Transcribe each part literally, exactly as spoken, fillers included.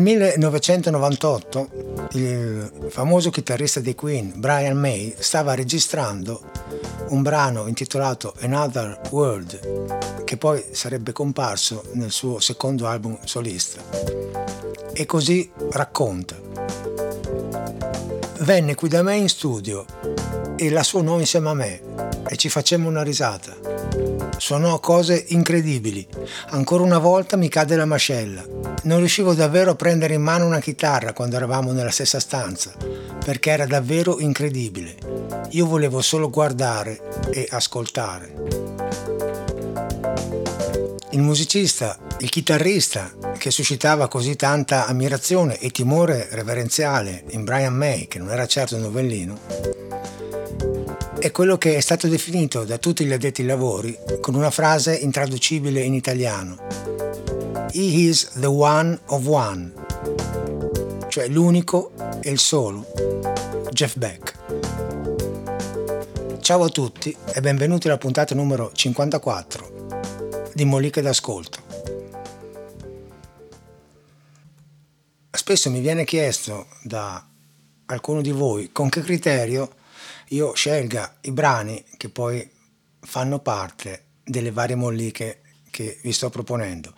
millenovecentonovantotto il famoso chitarrista dei Queen, Brian May, stava registrando un brano intitolato Another World, che poi sarebbe comparso nel suo secondo album solista. E così racconta: venne qui da me in studio e la suonò insieme a me e ci facemmo una risata. Suonò cose incredibili. Ancora una volta mi cade la mascella. Non riuscivo davvero a prendere in mano una chitarra quando eravamo nella stessa stanza, perché era davvero incredibile. Io volevo solo guardare e ascoltare. Il musicista, il chitarrista, che suscitava così tanta ammirazione e timore reverenziale in Brian May, che non era certo un novellino, è quello che è stato definito da tutti gli addetti ai lavori con una frase intraducibile in italiano: He is the one of one, cioè l'unico e il solo, Jeff Beck. Ciao a tutti e benvenuti alla puntata numero cinquantaquattro di Moliche d'Ascolto. Spesso mi viene chiesto da alcuno di voi con che criterio io scelga i brani che poi fanno parte delle varie molliche che vi sto proponendo.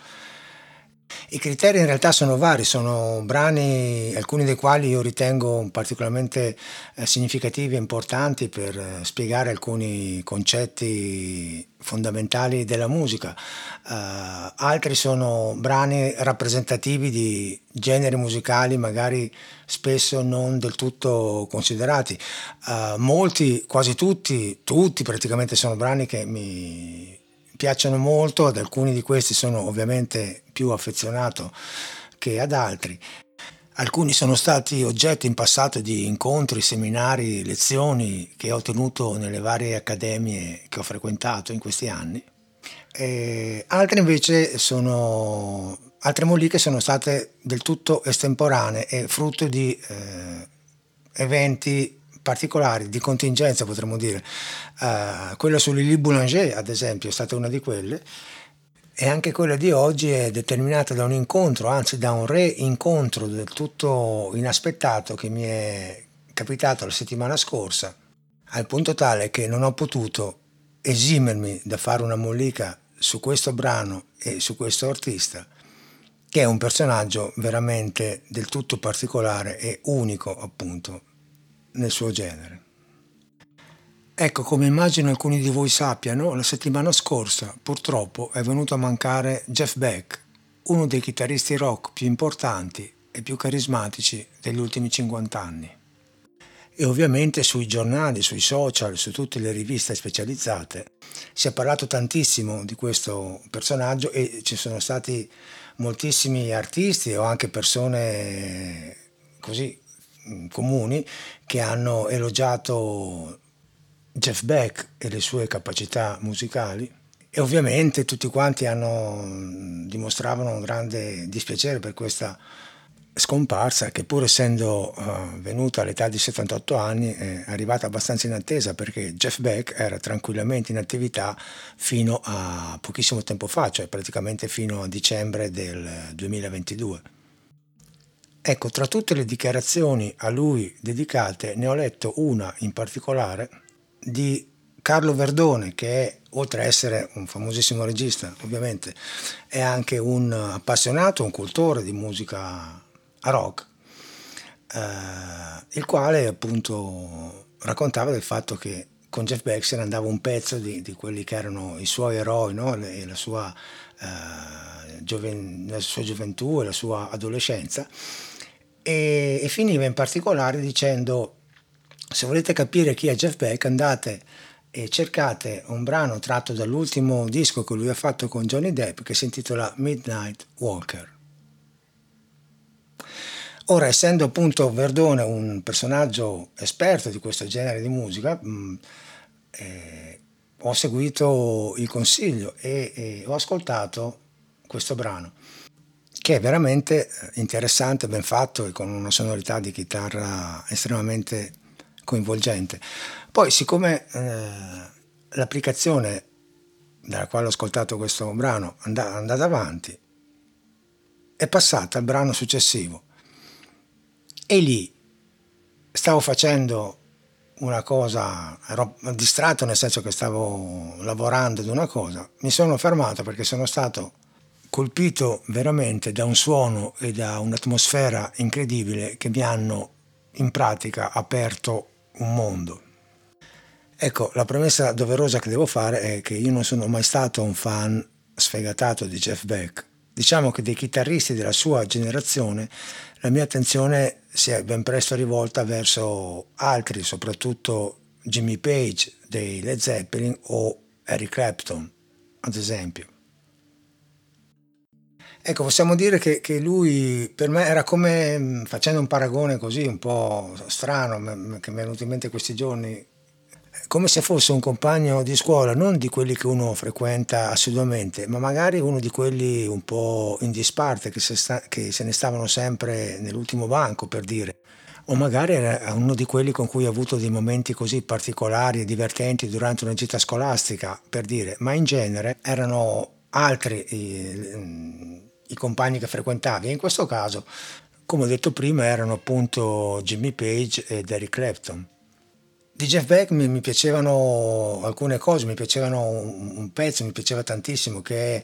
I criteri in realtà sono vari, sono brani, alcuni dei quali io ritengo particolarmente eh, significativi e importanti per eh, spiegare alcuni concetti fondamentali della musica. Uh, altri sono brani rappresentativi di generi musicali magari spesso non del tutto considerati. Uh, molti, quasi tutti, tutti praticamente sono brani che mi piacciono molto, ad alcuni di questi sono ovviamente più affezionato che ad altri. Alcuni sono stati oggetto in passato di incontri, seminari, lezioni che ho tenuto nelle varie accademie che ho frequentato in questi anni. E altri invece sono, altre moliche sono state del tutto estemporanee e frutto di eh, eventi particolari, di contingenza potremmo dire. Uh, quella su Lili Boulanger ad esempio è stata una di quelle, e anche quella di oggi è determinata da un incontro, anzi da un reincontro del tutto inaspettato che mi è capitato la settimana scorsa, al punto tale che non ho potuto esimermi da fare una mollica su questo brano e su questo artista, che è un personaggio veramente del tutto particolare e unico appunto nel suo genere. Ecco, come immagino alcuni di voi sappiano, la settimana scorsa purtroppo è venuto a mancare Jeff Beck, uno dei chitarristi rock più importanti e più carismatici degli ultimi cinquanta anni. E ovviamente sui giornali, sui social, su tutte le riviste specializzate si è parlato tantissimo di questo personaggio e ci sono stati moltissimi artisti o anche persone così comuni che hanno elogiato Jeff Beck e le sue capacità musicali, e ovviamente tutti quanti hanno dimostravano un grande dispiacere per questa scomparsa che, pur essendo uh, venuta all'età di settantotto anni, è arrivata abbastanza inattesa, perché Jeff Beck era tranquillamente in attività fino a pochissimo tempo fa, cioè praticamente fino a dicembre del duemilaventidue. Ecco, tra tutte le dichiarazioni a lui dedicate ne ho letto una in particolare di Carlo Verdone, che è, oltre a essere un famosissimo regista ovviamente, è anche un appassionato, un cultore di musica rock, eh, il quale appunto raccontava del fatto che con Jeff Beck se ne andava un pezzo di, di quelli che erano i suoi eroi, no? e la sua, eh, gioven- la sua gioventù e la sua adolescenza, e, e finiva in particolare dicendo: se volete capire chi è Jeff Beck, andate e cercate un brano tratto dall'ultimo disco che lui ha fatto con Johnny Depp, che si intitola Midnight Walker. Ora, essendo appunto Verdone un personaggio esperto di questo genere di musica, mh, eh, ho seguito il consiglio e, e ho ascoltato questo brano, che è veramente interessante, ben fatto e con una sonorità di chitarra estremamente coinvolgente. Poi, siccome eh, l'applicazione dalla quale ho ascoltato questo brano è andata avanti, è passata al brano successivo e lì stavo facendo una cosa, ero distratto nel senso che stavo lavorando ad una cosa, mi sono fermato perché sono stato colpito veramente da un suono e da un'atmosfera incredibile che mi hanno in pratica aperto un mondo. Ecco, la premessa doverosa che devo fare è che io non sono mai stato un fan sfegatato di Jeff Beck. Diciamo che dei chitarristi della sua generazione la mia attenzione si è ben presto rivolta verso altri, soprattutto Jimmy Page dei Led Zeppelin o Eric Clapton, ad esempio. Ecco, possiamo dire che, che lui per me era come, facendo un paragone così un po' strano che mi è venuto in mente questi giorni, come se fosse un compagno di scuola, non di quelli che uno frequenta assiduamente, ma magari uno di quelli un po' in disparte, che se, sta, che se ne stavano sempre nell'ultimo banco, per dire. O magari era uno di quelli con cui ho avuto dei momenti così particolari e divertenti durante una gita scolastica, per dire, ma in genere erano altri i, i compagni che frequentavi. E in questo caso, come ho detto prima, erano appunto Jimmy Page ed Eric Clapton. Di Jeff Beck mi, mi piacevano alcune cose, mi piacevano un, un pezzo, mi piaceva tantissimo che è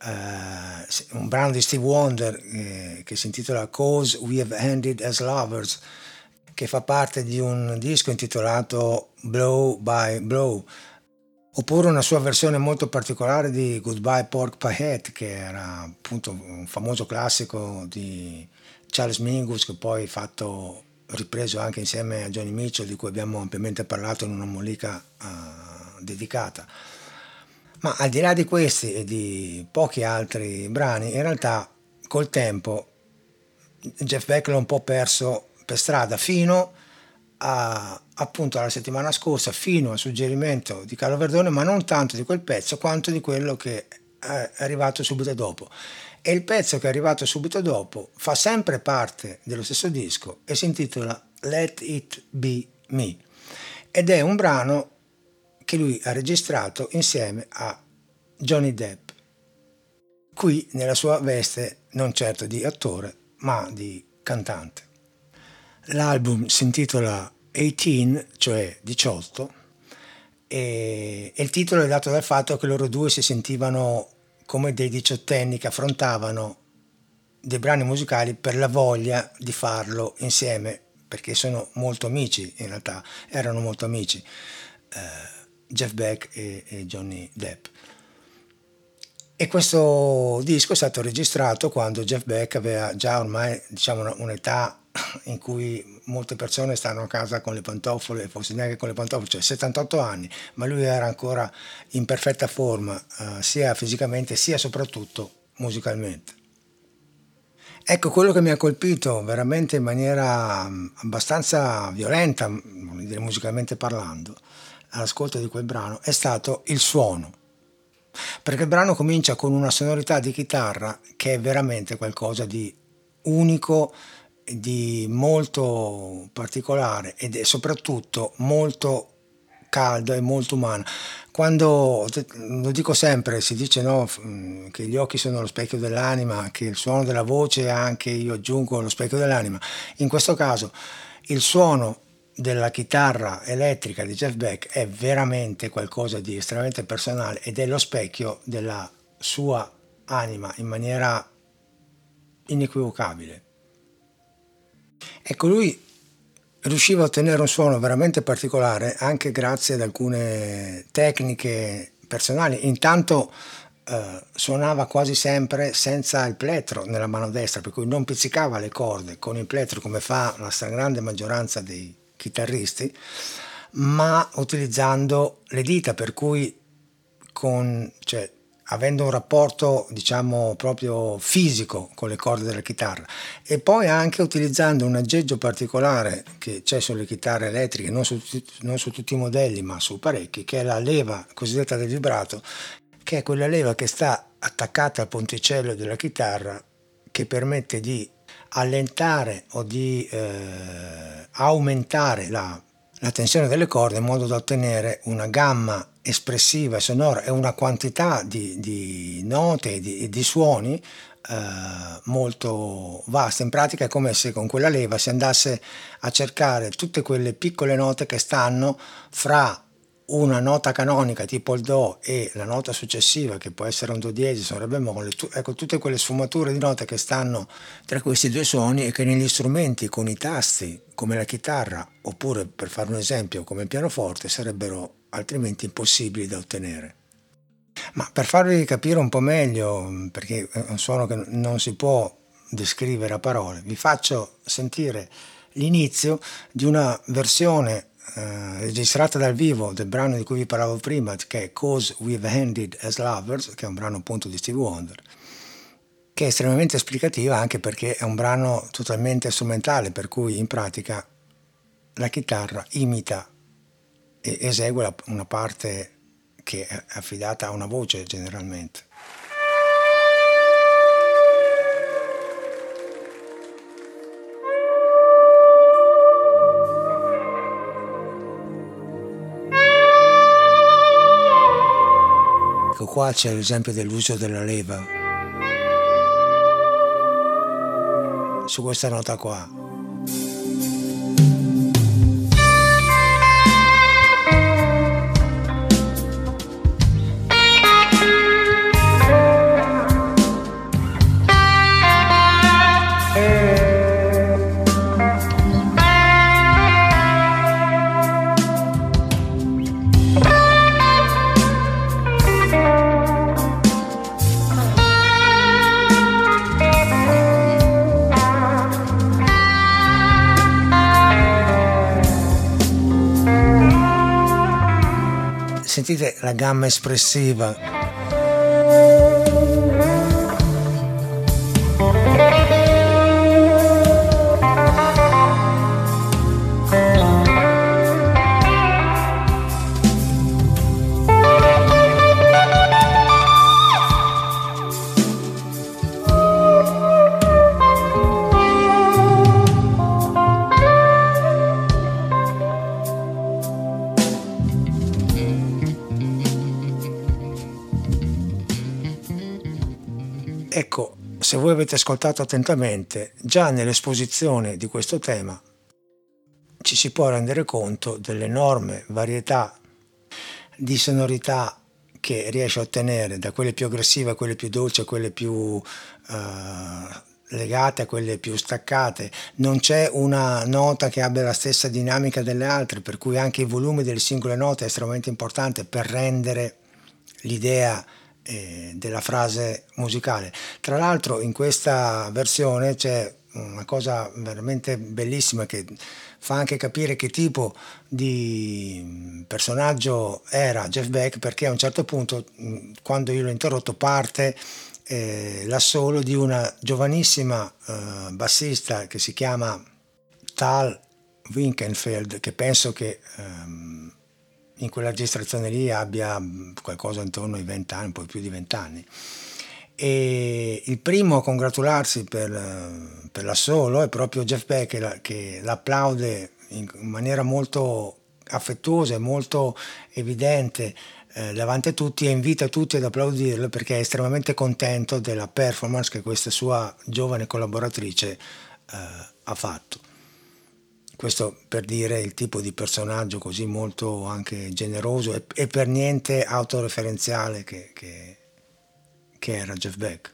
uh, un brano di Steve Wonder eh, che si intitola Cause We Have Ended as Lovers, che fa parte di un disco intitolato Blow by Blow, oppure una sua versione molto particolare di Goodbye Pork Pie Hat, che era appunto un famoso classico di Charles Mingus, che poi fatto ripreso anche insieme a Johnny Mitchell, di cui abbiamo ampiamente parlato in una mollica uh, dedicata. Ma al di là di questi e di pochi altri brani, in realtà col tempo Jeff Beck l'ha un po' perso per strada, fino a, appunto alla settimana scorsa, fino al suggerimento di Carlo Verdone, ma non tanto di quel pezzo quanto di quello che è arrivato subito dopo. E il pezzo che è arrivato subito dopo fa sempre parte dello stesso disco e si intitola Let It Be Me, ed è un brano che lui ha registrato insieme a Johnny Depp, qui nella sua veste non certo di attore ma di cantante. L'album si intitola diciotto, cioè diciotto, e, e il titolo è dato dal fatto che loro due si sentivano come dei diciottenni che affrontavano dei brani musicali per la voglia di farlo insieme, perché sono molto amici, in realtà erano molto amici, eh, Jeff Beck e, e Johnny Depp. E questo disco è stato registrato quando Jeff Beck aveva già ormai, diciamo, un'età in cui molte persone stanno a casa con le pantofole, forse neanche con le pantofole, cioè settantotto anni, ma lui era ancora in perfetta forma, eh, sia fisicamente sia soprattutto musicalmente. Ecco, quello che mi ha colpito veramente in maniera abbastanza violenta, musicalmente parlando, all'ascolto di quel brano, è stato il suono. Perché il brano comincia con una sonorità di chitarra che è veramente qualcosa di unico, di molto particolare ed è soprattutto molto calda e molto umana. Quando, lo dico sempre, si dice no, che gli occhi sono lo specchio dell'anima, che il suono della voce è anche, io aggiungo, lo specchio dell'anima. In questo caso il suono della chitarra elettrica di Jeff Beck è veramente qualcosa di estremamente personale ed è lo specchio della sua anima in maniera inequivocabile. Ecco, lui riusciva a ottenere un suono veramente particolare anche grazie ad alcune tecniche personali. Intanto eh, suonava quasi sempre senza il plettro nella mano destra, per cui non pizzicava le corde con il plettro come fa la stragrande maggioranza dei chitarristi, ma utilizzando le dita, per cui con, cioè, avendo un rapporto diciamo proprio fisico con le corde della chitarra, e poi anche utilizzando un aggeggio particolare che c'è sulle chitarre elettriche, non su, non su tutti i modelli ma su parecchi, che è la leva cosiddetta del vibrato, che è quella leva che sta attaccata al ponticello della chitarra, che permette di allentare o di eh, aumentare la, la tensione delle corde in modo da ottenere una gamma espressiva e sonora e una quantità di, di note e di, di suoni eh, molto vasta. In pratica è come se con quella leva si andasse a cercare tutte quelle piccole note che stanno fra una nota canonica tipo il Do e la nota successiva, che può essere un Do diesis, un Re bemolle, tu, ecco, tutte quelle sfumature di note che stanno tra questi due suoni e che negli strumenti con i tasti come la chitarra, oppure per fare un esempio come il pianoforte, sarebbero altrimenti impossibili da ottenere. Ma per farvi capire un po' meglio, perché è un suono che non si può descrivere a parole, vi faccio sentire l'inizio di una versione eh, registrata dal vivo del brano di cui vi parlavo prima, che è "'Cause We've Ended as Lovers", che è un brano appunto di Stevie Wonder, che è estremamente esplicativa anche perché è un brano totalmente strumentale, per cui in pratica la chitarra imita e esegue una parte che è affidata a una voce generalmente. Ecco, qua c'è l'esempio dell'uso della leva su questa nota qua. Sentite la gamma espressiva. Ecco, se voi avete ascoltato attentamente, già nell'esposizione di questo tema ci si può rendere conto dell'enorme varietà di sonorità che riesce a ottenere, da quelle più aggressive a quelle più dolci a quelle più eh, legate a quelle più staccate. Non c'è una nota che abbia la stessa dinamica delle altre, per cui anche i volumi delle singole note è estremamente importante per rendere l'idea eh, della frase musicale. Tra l'altro in questa versione c'è una cosa veramente bellissima che fa anche capire che tipo di personaggio era Jeff Beck, perché a un certo punto, quando io l'ho interrotto, parte eh, l'assolo di una giovanissima eh, bassista che si chiama Tal Winkenfeld, che penso che ehm, in quella registrazione lì abbia qualcosa intorno ai venti anni, un po' più di venti anni. E il primo a congratularsi per, per l'assolo è proprio Jeff Beck, che, la, che l'applaude in maniera molto affettuosa e molto evidente eh, davanti a tutti, e invita tutti ad applaudirlo perché è estremamente contento della performance che questa sua giovane collaboratrice eh, ha fatto. Questo per dire il tipo di personaggio così molto anche generoso e, e per niente autoreferenziale che, che, che era Jeff Beck.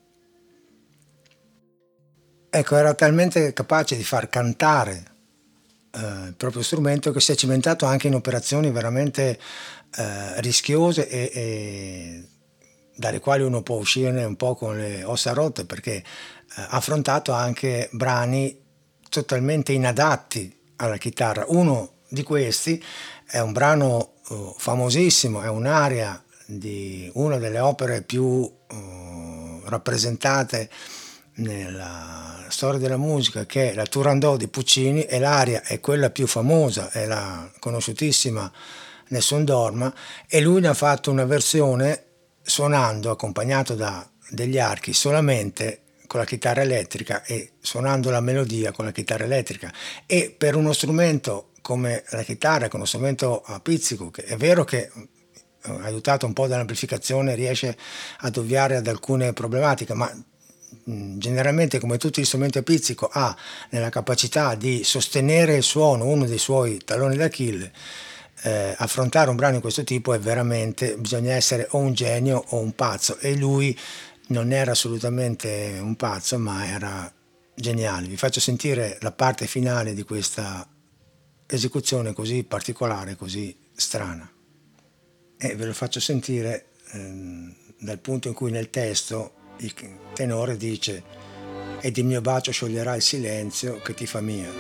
Ecco, era talmente capace di far cantare eh, il proprio strumento che si è cimentato anche in operazioni veramente eh, rischiose e, e dalle quali uno può uscirne un po' con le ossa rotte, perché eh, ha affrontato anche brani totalmente inadatti alla chitarra. Uno di questi è un brano uh, famosissimo, è un'aria di una delle opere più uh, rappresentate nella storia della musica, che è la Turandot di Puccini, e l'aria è quella più famosa, è la conosciutissima Nessun dorma, e lui ne ha fatto una versione suonando accompagnato da degli archi solamente con la chitarra elettrica e suonando la melodia con la chitarra elettrica. E per uno strumento come la chitarra, che è uno strumento a pizzico, che è vero che aiutato un po' dall'amplificazione riesce ad ovviare ad alcune problematiche, ma generalmente, come tutti gli strumenti a pizzico, ha nella capacità di sostenere il suono, uno dei suoi talloni d'Achille. Eh, affrontare un brano di questo tipo è veramente, bisogna essere o un genio o un pazzo, e lui non era assolutamente un pazzo, ma era geniale. Vi faccio sentire la parte finale di questa esecuzione così particolare, così strana, e ve lo faccio sentire ehm, dal punto in cui nel testo il tenore dice: ed il mio bacio scioglierà il silenzio che ti fa mia,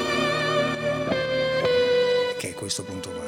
che è questo punto qua.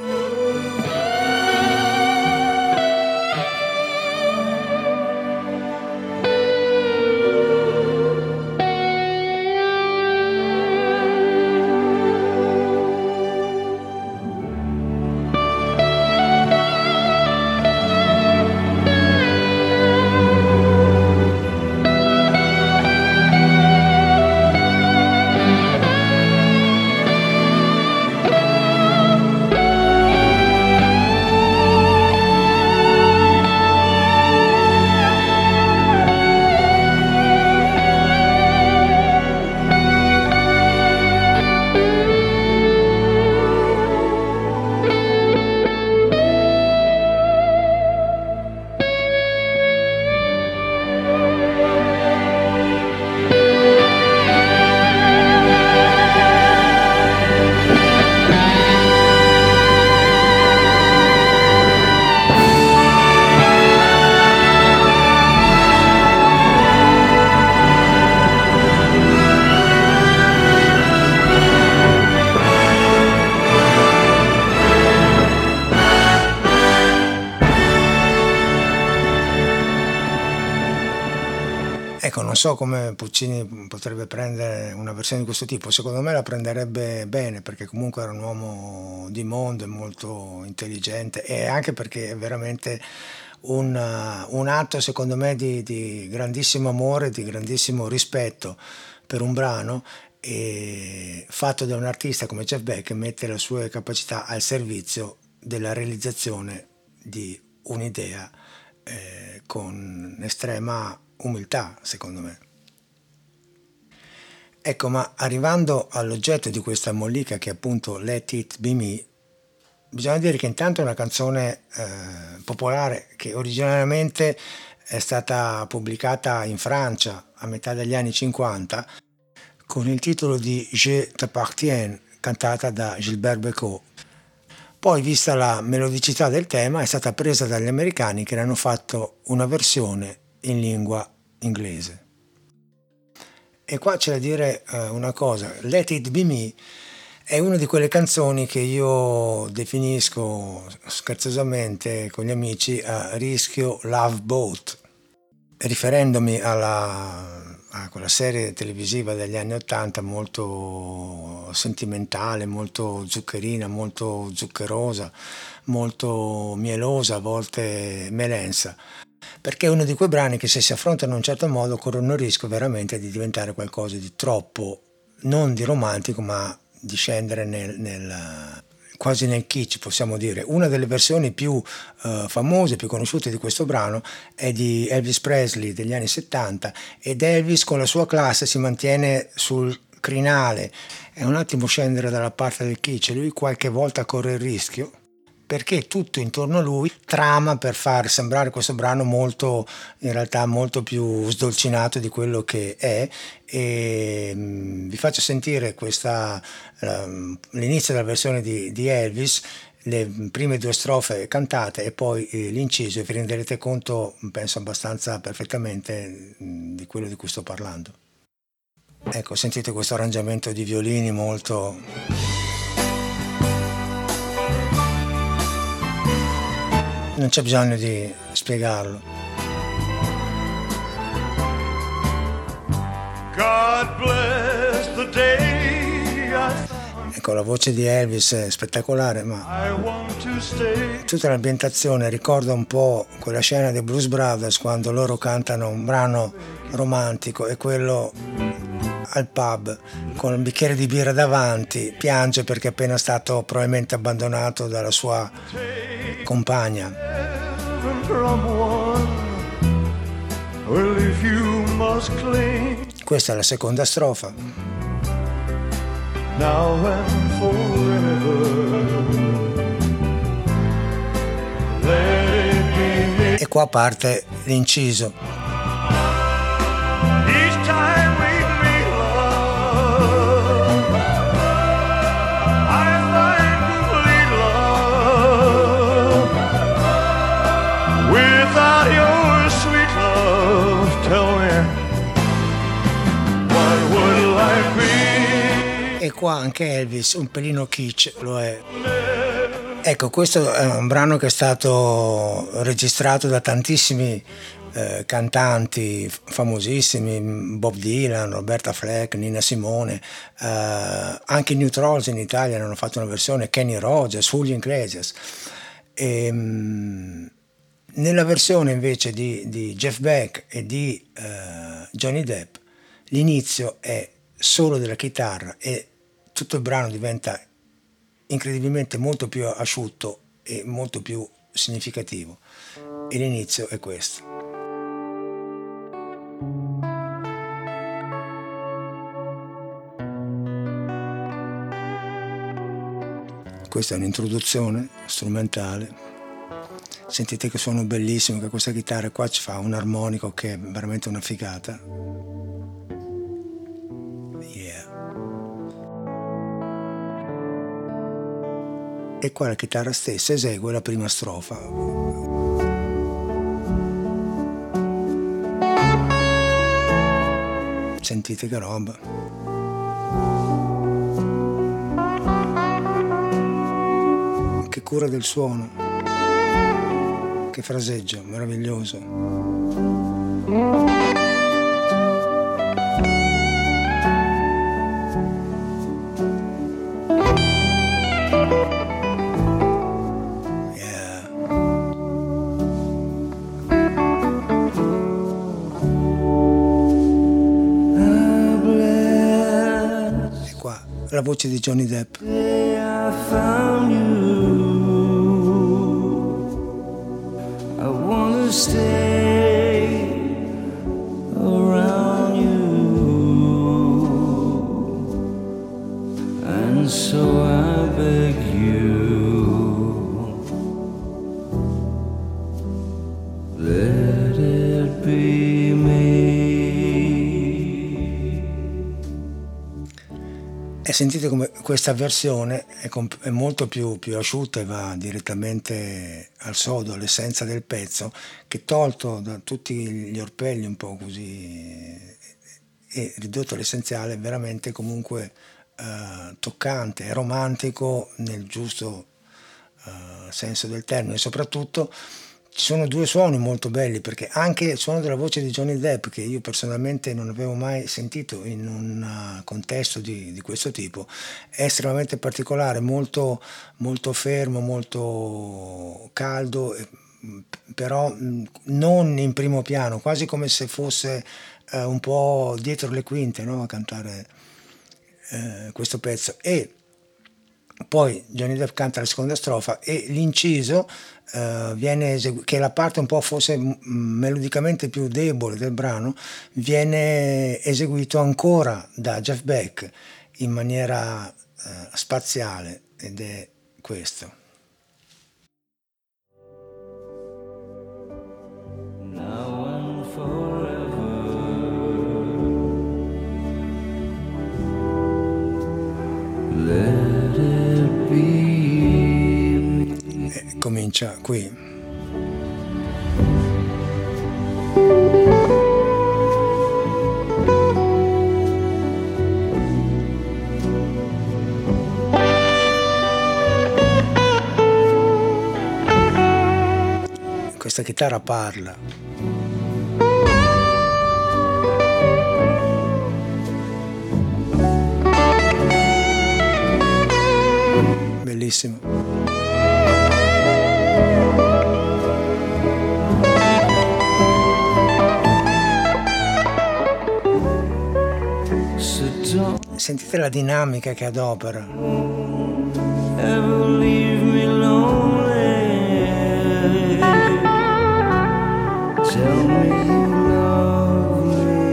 Ecco, non so come Puccini potrebbe prendere una versione di questo tipo. Secondo me la prenderebbe bene, perché comunque era un uomo di mondo e molto intelligente, e anche perché è veramente un, un atto, secondo me, di, di grandissimo amore, di grandissimo rispetto per un brano, e fatto da un artista come Jeff Beck, che mette le sue capacità al servizio della realizzazione di un'idea eh, con estrema umiltà, secondo me. Ecco, ma arrivando all'oggetto di questa mollica, che è appunto Let It Be Me, bisogna dire che intanto è una canzone eh, popolare che originariamente è stata pubblicata in Francia a metà degli anni cinquanta con il titolo di Je t'appartiens, cantata da Gilbert Bécaud. Poi, vista la melodicità del tema, è stata presa dagli americani, che ne hanno fatto una versione in lingua inglese. E qua c'è da dire eh, una cosa: Let It Be Me è una di quelle canzoni che io definisco scherzosamente con gli amici a rischio Love Boat, riferendomi alla, a quella serie televisiva degli anni ottanta molto sentimentale, molto zuccherina, molto zuccherosa, molto mielosa, a volte melensa, perché è uno di quei brani che, se si affrontano in un certo modo, corrono il rischio veramente di diventare qualcosa di troppo, non di romantico, ma di scendere nel, nel quasi nel kitsch, possiamo dire. Una delle versioni più uh, famose, più conosciute di questo brano è di Elvis Presley degli anni settanta, ed Elvis con la sua classe si mantiene sul crinale, è un attimo scendere dalla parte del kitsch, lui qualche volta corre il rischio, perché tutto intorno a lui trama per far sembrare questo brano molto, in realtà molto più sdolcinato di quello che è. E mh, vi faccio sentire questa, uh, l'inizio della versione di, di Elvis, le prime due strofe cantate e poi eh, l'inciso, e vi renderete conto, penso abbastanza perfettamente, mh, di quello di cui sto parlando. Ecco, sentite questo arrangiamento di violini molto... non c'è bisogno di spiegarlo. God bless the day I... Ecco, la voce di Elvis è spettacolare, ma tutta l'ambientazione ricorda un po' quella scena dei Blues Brothers quando loro cantano un brano romantico e quello al pub con un bicchiere di birra davanti piange perché è appena stato probabilmente abbandonato dalla sua compagna. Well, if you must cling. Questa è la seconda strofa. Now and forever. Let it be me. E qua parte l'inciso. Each time we meet, love, I find complete love. Without your sweet love, tell me, what would life be? E qua anche Elvis, un pelino kitsch, lo è. Ecco, questo è un brano che è stato registrato da tantissimi eh, cantanti famosissimi, Bob Dylan, Roberta Fleck, Nina Simone, eh, anche i New Trolls in Italia hanno fatto una versione, Kenny Rogers, Julio Iglesias. E, mh, nella versione invece di, di Jeff Beck e di eh, Johnny Depp, l'inizio è solo della chitarra e tutto il brano diventa incredibilmente molto più asciutto e molto più significativo, e l'inizio è questo. Questa è un'introduzione strumentale, sentite che suono bellissimo, che questa chitarra qua ci fa un armonico che è veramente una figata. E qua la chitarra stessa esegue la prima strofa. Sentite che roba. Che cura del suono. Che fraseggio meraviglioso. La voce di Johnny Depp. I found you. I wanna stay around you, and so I beg you, let it be me. E sentite come questa versione è, comp- è molto più, più asciutta e va direttamente al sodo, all'essenza del pezzo, che tolto da tutti gli orpelli un po' così e ridotto all'essenziale, veramente comunque eh, toccante e romantico nel giusto eh, senso del termine. Soprattutto ci sono due suoni molto belli, perché anche il suono della voce di Johnny Depp, che io personalmente non avevo mai sentito in un contesto di, di questo tipo, è estremamente particolare, molto, molto fermo, molto caldo, però non in primo piano, quasi come se fosse eh, un po' dietro le quinte, no? A cantare eh, questo pezzo. E poi Johnny Depp canta la seconda strofa e l'inciso uh, viene esegu- che è la parte un po' forse m- melodicamente più debole del brano, viene eseguito ancora da Jeff Beck in maniera uh, spaziale, ed è questo. Now and forever. Let it be. E comincia qui. Questa chitarra parla. Bellissimo. Sentite la dinamica che adopera. Tell me you love me.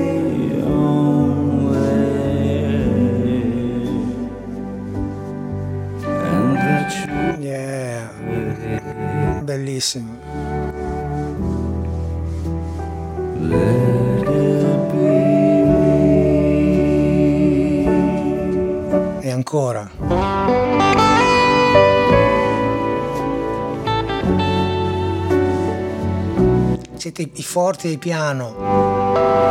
ancora. Siete i forti del piano.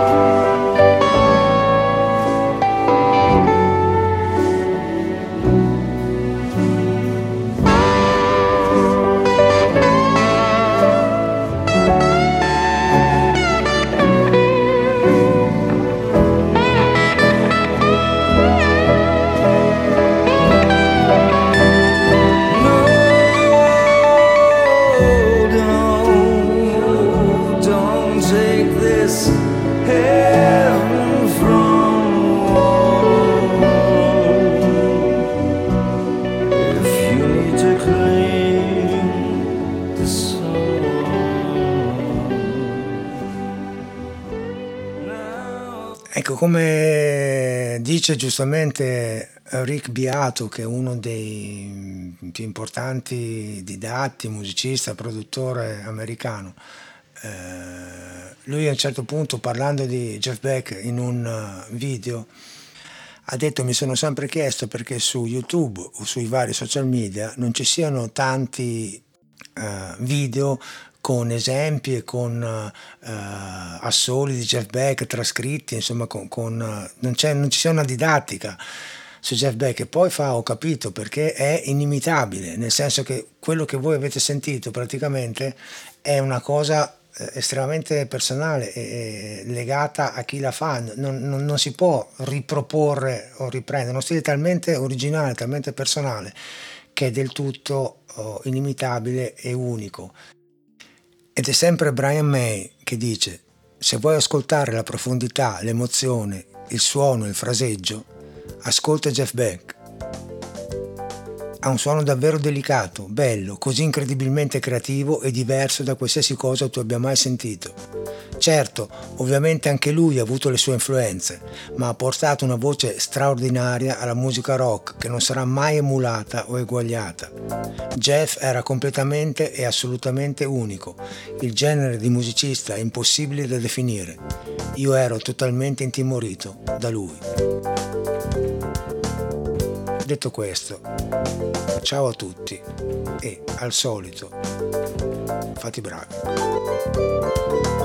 Ecco, come dice giustamente Rick Beato, che è uno dei più importanti didatti, musicista, produttore americano, eh, lui a un certo punto, parlando di Jeff Beck in un video, ha detto: mi sono sempre chiesto perché su YouTube o sui vari social media non ci siano tanti uh, video con esempi e con uh, assoli di Jeff Beck trascritti, insomma con, con, uh, non, c'è, non ci sia una didattica su Jeff Beck. E poi fa: ho capito perché è inimitabile, nel senso che quello che voi avete sentito praticamente è una cosa eh, estremamente personale e legata a chi la fa, non, non, non si può riproporre o riprendere, uno stile talmente originale, talmente personale, che è del tutto oh, inimitabile e unico. Ed è sempre Brian May che dice: se vuoi ascoltare la profondità, l'emozione, il suono, il fraseggio, ascolta Jeff Beck. Ha un suono davvero delicato, bello, così incredibilmente creativo e diverso da qualsiasi cosa tu abbia mai sentito. Certo, ovviamente anche lui ha avuto le sue influenze, ma ha portato una voce straordinaria alla musica rock che non sarà mai emulata o eguagliata. Jeff era completamente e assolutamente unico, il genere di musicista è impossibile da definire. Io ero totalmente intimorito da lui. Detto questo, ciao a tutti e, al solito, fate i bravi.